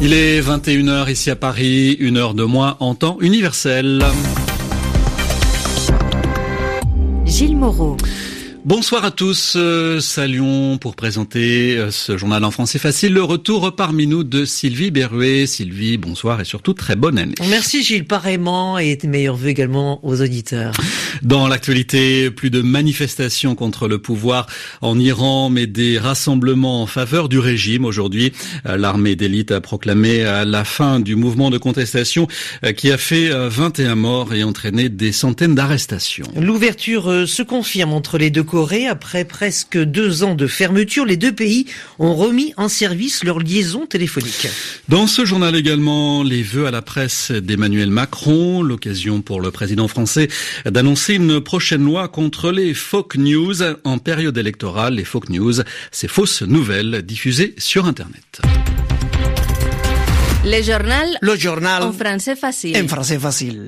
Il est 21h ici à Paris, 1 heure de moins en temps universel. Gilles Moreau. Bonsoir à tous, saluons pour présenter ce journal en français facile, le retour parmi nous de Sylvie Berruet. Sylvie, bonsoir et surtout très bonne année. Merci Gilles, pareillement, et meilleurs vœux également aux auditeurs. Dans l'actualité, plus de manifestations contre le pouvoir en Iran, mais des rassemblements en faveur du régime. Aujourd'hui, l'armée d'élite a proclamé la fin du mouvement de contestation qui a fait 21 morts et entraîné des centaines d'arrestations. L'ouverture se confirme entre les deux Corée. Après presque 2 ans de fermeture, les deux pays ont remis en service leur liaison téléphonique. Dans ce journal également, les vœux à la presse d'Emmanuel Macron, l'occasion pour le président français d'annoncer une prochaine loi contre les fake news en période électorale. Les fake news, ces fausses nouvelles diffusées sur Internet. Le journal En français facile.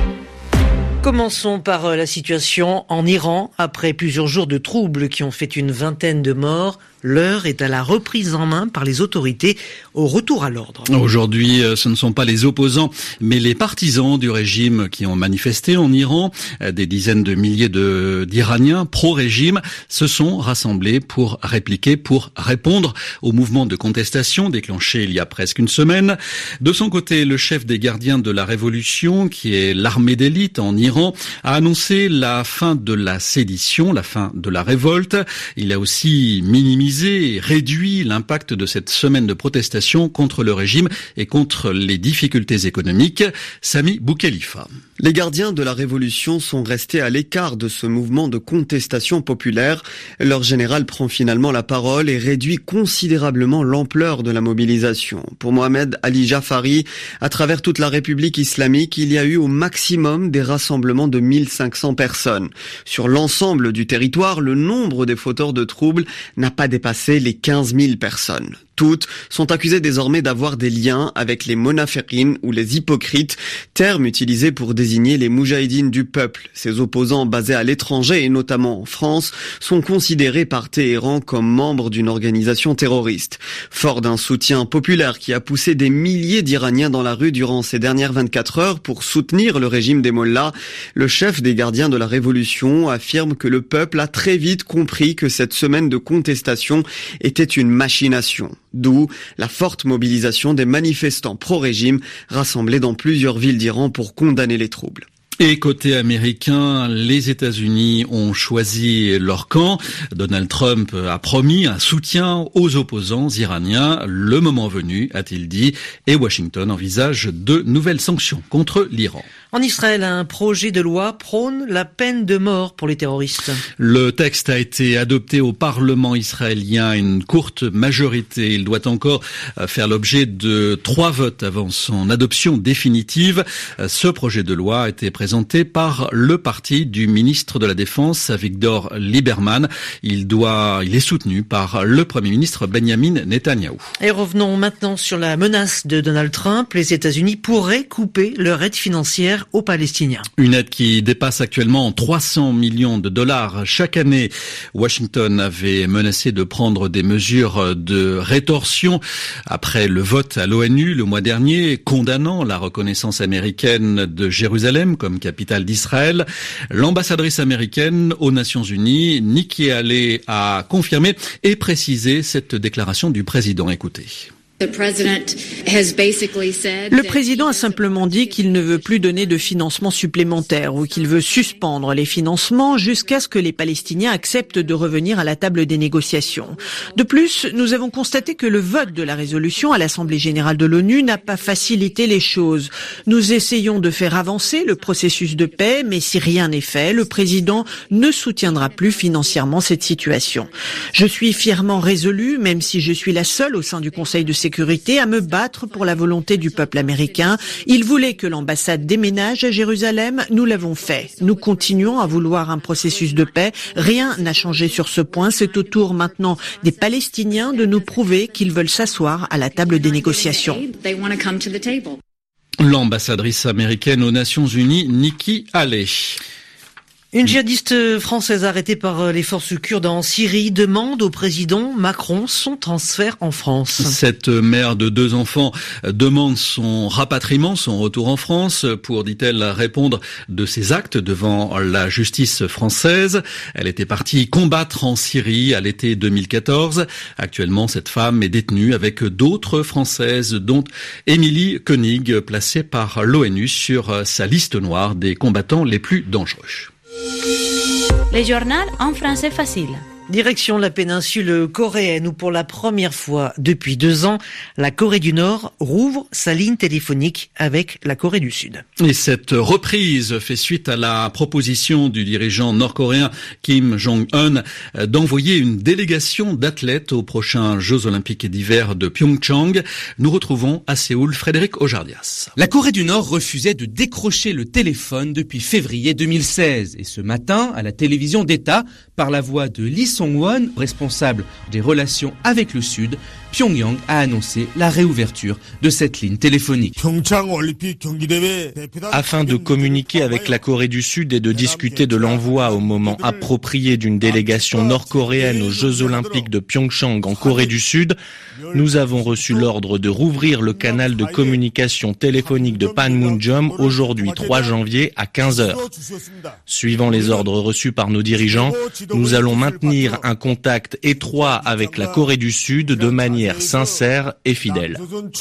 Commençons par la situation en Iran. Après plusieurs jours de troubles qui ont fait une vingtaine de morts, l'heure est à la reprise en main par les autorités au retour à l'ordre. Aujourd'hui, ce ne sont pas les opposants, mais les partisans du régime qui ont manifesté en Iran. Des dizaines de milliers d'Iraniens pro-régime se sont rassemblés pour répliquer, pour répondre au mouvement de contestation déclenché il y a presque une semaine. De son côté, le chef des gardiens de la révolution, qui est l'armée d'élite en Iran, a annoncé la fin de la sédition, la fin de la révolte. Il a aussi minimisé et réduit l'impact de cette semaine de protestation contre le régime et contre les difficultés économiques. Sami Boukhelifa. Les gardiens de la révolution sont restés à l'écart de ce mouvement de contestation populaire. Leur général prend finalement la parole et réduit considérablement l'ampleur de la mobilisation. Pour Mohamed Ali Jafari, à travers toute la République islamique, il y a eu au maximum des rassemblements de 1500 personnes. Sur l'ensemble du territoire, le nombre des fauteurs de troubles n'a pas dépassé les 15 000 personnes. Toutes sont accusées désormais d'avoir des liens avec les monafiqines ou les hypocrites, terme utilisé pour désigner les moudjahidines du peuple. Ces opposants basés à l'étranger et notamment en France sont considérés par Téhéran comme membres d'une organisation terroriste. Fort d'un soutien populaire qui a poussé des milliers d'Iraniens dans la rue durant ces dernières 24 heures pour soutenir le régime des mollahs, le chef des gardiens de la révolution affirme que le peuple a très vite compris que cette semaine de contestation était une machination. D'où la forte mobilisation des manifestants pro-régime rassemblés dans plusieurs villes d'Iran pour condamner les troubles. Et côté américain, les États-Unis ont choisi leur camp. Donald Trump a promis un soutien aux opposants iraniens. Le moment venu, a-t-il dit, et Washington envisage de nouvelles sanctions contre l'Iran. En Israël, un projet de loi prône la peine de mort pour les terroristes. Le texte a été adopté au Parlement israélien à une courte majorité. Il doit encore faire l'objet de 3 votes avant son adoption définitive. Ce projet de loi a été présenté par le parti du ministre de la Défense, Avigdor Lieberman. Il est soutenu par le Premier ministre Benjamin Netanyahou. Et revenons maintenant sur la menace de Donald Trump. Les États-Unis pourraient couper leur aide financière aux Palestiniens. Une aide qui dépasse actuellement 300 millions de dollars chaque année. Washington avait menacé de prendre des mesures de rétorsion après le vote à l'ONU le mois dernier, condamnant la reconnaissance américaine de Jérusalem comme capitale d'Israël. L'ambassadrice américaine aux Nations Unies, Nikki Haley, a confirmé et précisé cette déclaration du président. Écoutez. Le président a simplement dit qu'il ne veut plus donner de financement supplémentaire ou qu'il veut suspendre les financements jusqu'à ce que les Palestiniens acceptent de revenir à la table des négociations. De plus, nous avons constaté que le vote de la résolution à l'Assemblée générale de l'ONU n'a pas facilité les choses. Nous essayons de faire avancer le processus de paix, mais si rien n'est fait, le président ne soutiendra plus financièrement cette situation. Je suis fièrement résolue, même si je suis la seule au sein du Conseil de sécurité, à me battre pour la volonté du peuple américain. Il voulait que l'ambassade déménage à Jérusalem. Nous l'avons fait. Nous continuons à vouloir un processus de paix. Rien n'a changé sur ce point. C'est au tour maintenant des Palestiniens de nous prouver qu'ils veulent s'asseoir à la table des négociations. L'ambassadrice américaine aux Nations Unies, Nikki Haley. Une djihadiste française arrêtée par les forces kurdes en Syrie demande au président Macron son transfert en France. Cette mère de 2 enfants demande son rapatriement, son retour en France pour, dit-elle, répondre de ses actes devant la justice française. Elle était partie combattre en Syrie à l'été 2014. Actuellement, cette femme est détenue avec d'autres Françaises, dont Émilie Koenig, placée par l'ONU sur sa liste noire des combattants les plus dangereux. Le journal en français facile. Direction la péninsule coréenne où pour la première fois depuis 2 ans, la Corée du Nord rouvre sa ligne téléphonique avec la Corée du Sud. Et cette reprise fait suite à la proposition du dirigeant nord-coréen Kim Jong-un d'envoyer une délégation d'athlètes aux prochains Jeux Olympiques d'hiver de Pyeongchang. Nous retrouvons à Séoul Frédéric Ojardias. La Corée du Nord refusait de décrocher le téléphone depuis février 2016. Et ce matin, à la télévision d'État, par la voix de Lee Song-won, responsable des relations avec le Sud, Pyongyang a annoncé la réouverture de cette ligne téléphonique. Afin de communiquer avec la Corée du Sud et de discuter de l'envoi au moment approprié d'une délégation nord-coréenne aux Jeux Olympiques de Pyeongchang en Corée du Sud, nous avons reçu l'ordre de rouvrir le canal de communication téléphonique de Panmunjom aujourd'hui 3 janvier à 15h. Suivant les ordres reçus par nos dirigeants, nous allons maintenir un contact étroit avec la Corée du Sud de manière sincère et fidèle.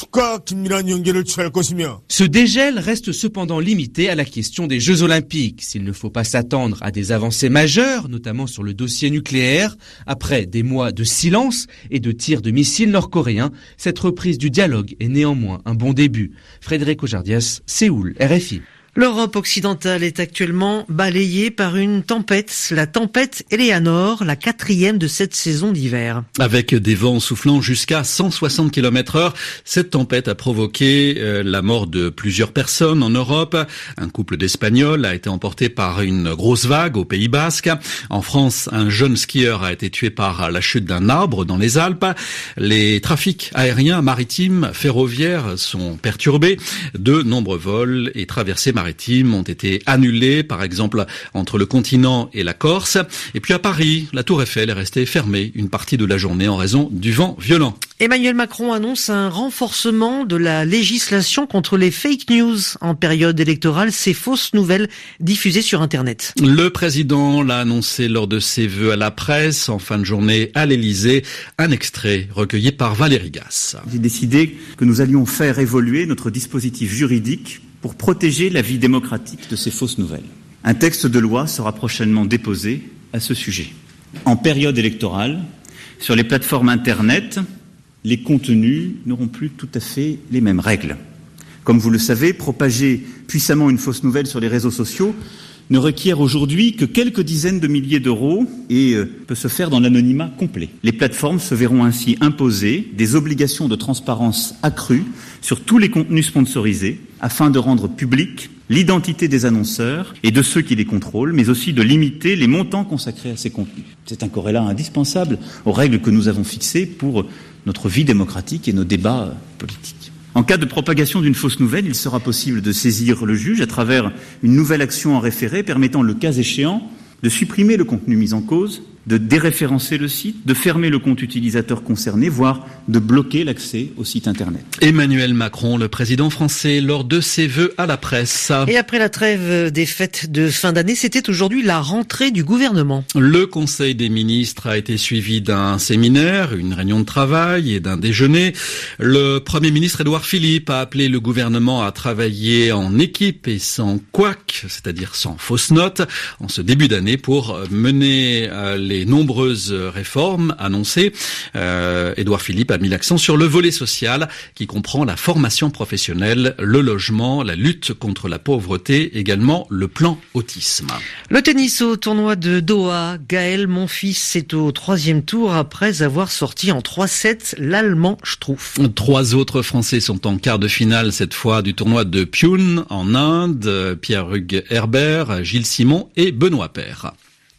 Ce dégel reste cependant limité à la question des Jeux Olympiques. S'il ne faut pas s'attendre à des avancées majeures, notamment sur le dossier nucléaire, après des mois de silence et de tirs de missiles nord-coréens, cette reprise du dialogue est néanmoins un bon début. Frédéric Ojardias, Séoul, RFI. L'Europe occidentale est actuellement balayée par une tempête, la tempête Eleanor, la 4e de cette saison d'hiver. Avec des vents soufflant jusqu'à 160 km/h, cette tempête a provoqué la mort de plusieurs personnes en Europe. Un couple d'Espagnols a été emporté par une grosse vague au Pays Basque. En France, un jeune skieur a été tué par la chute d'un arbre dans les Alpes. Les trafics aériens, maritimes, ferroviaires sont perturbés. De nombreux vols et traversées maritimes ont été annulés, par exemple entre le continent et la Corse. Et puis à Paris, la Tour Eiffel est restée fermée une partie de la journée en raison du vent violent. Emmanuel Macron annonce un renforcement de la législation contre les fake news en période électorale, ces fausses nouvelles diffusées sur Internet. Le président l'a annoncé lors de ses vœux à la presse en fin de journée à l'Élysée. Un extrait recueilli par Valérie Gasse. J'ai décidé que nous allions faire évoluer notre dispositif juridique pour protéger la vie démocratique de ces fausses nouvelles. Un texte de loi sera prochainement déposé à ce sujet. En période électorale, sur les plateformes Internet, les contenus n'auront plus tout à fait les mêmes règles. Comme vous le savez, propager puissamment une fausse nouvelle sur les réseaux sociaux ne requiert aujourd'hui que quelques dizaines de milliers d'euros et peut se faire dans l'anonymat complet. Les plateformes se verront ainsi imposer des obligations de transparence accrues sur tous les contenus sponsorisés afin de rendre publique l'identité des annonceurs et de ceux qui les contrôlent, mais aussi de limiter les montants consacrés à ces contenus. C'est un corrélat indispensable aux règles que nous avons fixées pour notre vie démocratique et nos débats politiques. En cas de propagation d'une fausse nouvelle, il sera possible de saisir le juge à travers une nouvelle action en référé permettant, le cas échéant, de supprimer le contenu mis en cause, de déréférencer le site, de fermer le compte utilisateur concerné, voire de bloquer l'accès au site Internet. Emmanuel Macron, le président français, lors de ses vœux à la presse. Et après la trêve des fêtes de fin d'année, c'était aujourd'hui la rentrée du gouvernement. Le Conseil des ministres a été suivi d'un séminaire, une réunion de travail et d'un déjeuner. Le Premier ministre Édouard Philippe a appelé le gouvernement à travailler en équipe et sans couac, c'est-à-dire sans fausses notes, en ce début d'année pour mener les nombreuses réformes annoncées. Édouard Philippe a mis l'accent sur le volet social qui comprend la formation professionnelle, le logement, la lutte contre la pauvreté, également le plan autisme. Le tennis au tournoi de Doha, Gaël Monfils est au 3e tour après avoir sorti en 3-7 l'Allemand Struff. 3 autres Français sont en quart de finale cette fois du tournoi de Pune en Inde. Pierre-Hugues Herbert, Gilles Simon et Benoît Paire.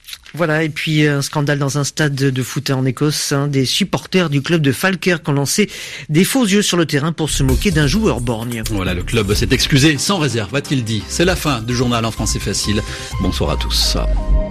Voilà, et puis un scandale dans un stade de foot en Écosse. Des supporters du club de Falkirk ont lancé des faux yeux sur le terrain pour se moquer d'un joueur borgne. Voilà, le club s'est excusé sans réserve, a-t-il dit. C'est la fin du journal en français facile. Bonsoir à tous.